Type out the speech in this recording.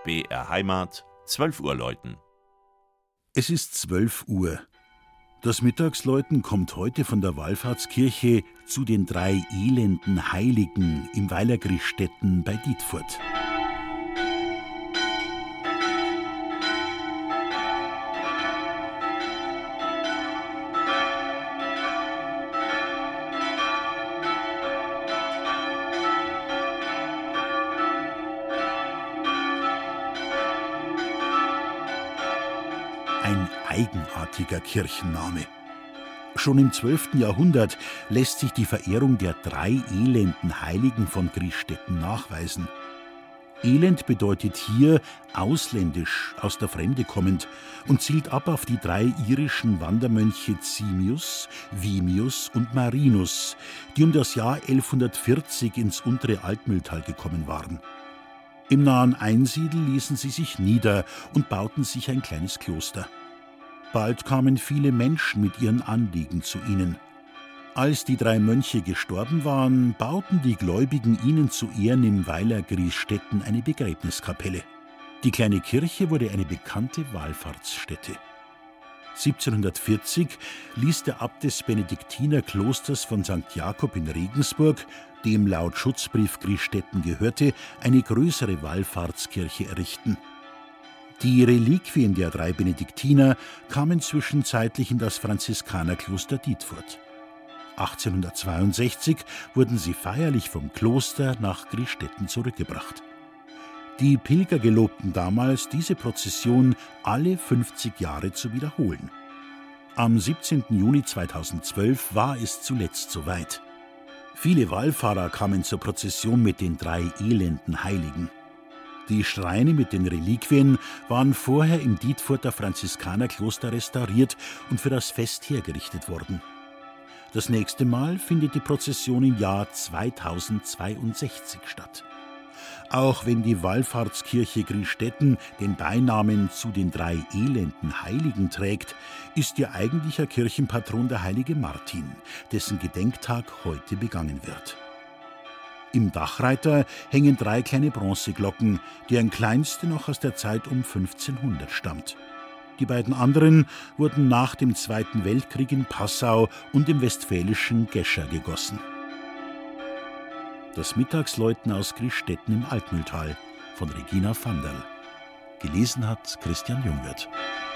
BR Heimat, 12 Uhr läuten. Es ist 12 Uhr. Das Mittagsläuten kommt heute von der Wallfahrtskirche zu den 3 elenden Heiligen im Weiler Gristetten bei Dietfurt. Ein eigenartiger Kirchenname. Schon im 12. Jahrhundert lässt sich die Verehrung der 3 elenden Heiligen von Gristetten nachweisen. Elend bedeutet hier ausländisch, aus der Fremde kommend, und zielt ab auf die 3 irischen Wandermönche Zimius, Wimius und Marinus, die um das Jahr 1140 ins untere Altmühltal gekommen waren. Im nahen Einsiedl ließen sie sich nieder und bauten sich ein kleines Kloster. Bald kamen viele Menschen mit ihren Anliegen zu ihnen. Als die 3 Mönche gestorben waren, bauten die Gläubigen ihnen zu Ehren im Weiler Gristetten eine Begräbniskapelle. Die kleine Kirche wurde eine bekannte Wallfahrtsstätte. 1740 ließ der Abt des Benediktinerklosters von St. Jakob in Regensburg, dem laut Schutzbrief Gristetten gehörte, eine größere Wallfahrtskirche errichten. Die Reliquien der 3 Benediktiner kamen zwischenzeitlich in das Franziskanerkloster Dietfurt. 1862 wurden sie feierlich vom Kloster nach Gristetten zurückgebracht. Die Pilger gelobten damals, diese Prozession alle 50 Jahre zu wiederholen. Am 17. Juni 2012 war es zuletzt soweit. Viele Wallfahrer kamen zur Prozession mit den 3 elenden Heiligen. Die Schreine mit den Reliquien waren vorher im Dietfurter Franziskanerkloster restauriert und für das Fest hergerichtet worden. Das nächste Mal findet die Prozession im Jahr 2062 statt. Auch wenn die Wallfahrtskirche Gristetten den Beinamen zu den 3 elenden Heiligen trägt, ist ihr eigentlicher Kirchenpatron der heilige Martin, dessen Gedenktag heute begangen wird. Im Dachreiter hängen 3 kleine Bronzeglocken, deren kleinste noch aus der Zeit um 1500 stammt. Die beiden anderen wurden nach dem Zweiten Weltkrieg in Passau und im westfälischen Gescher gegossen. Das Mittagsläuten aus Gristetten im Altmühltal von Regina Vanderl. Gelesen hat Christian Jungwirth.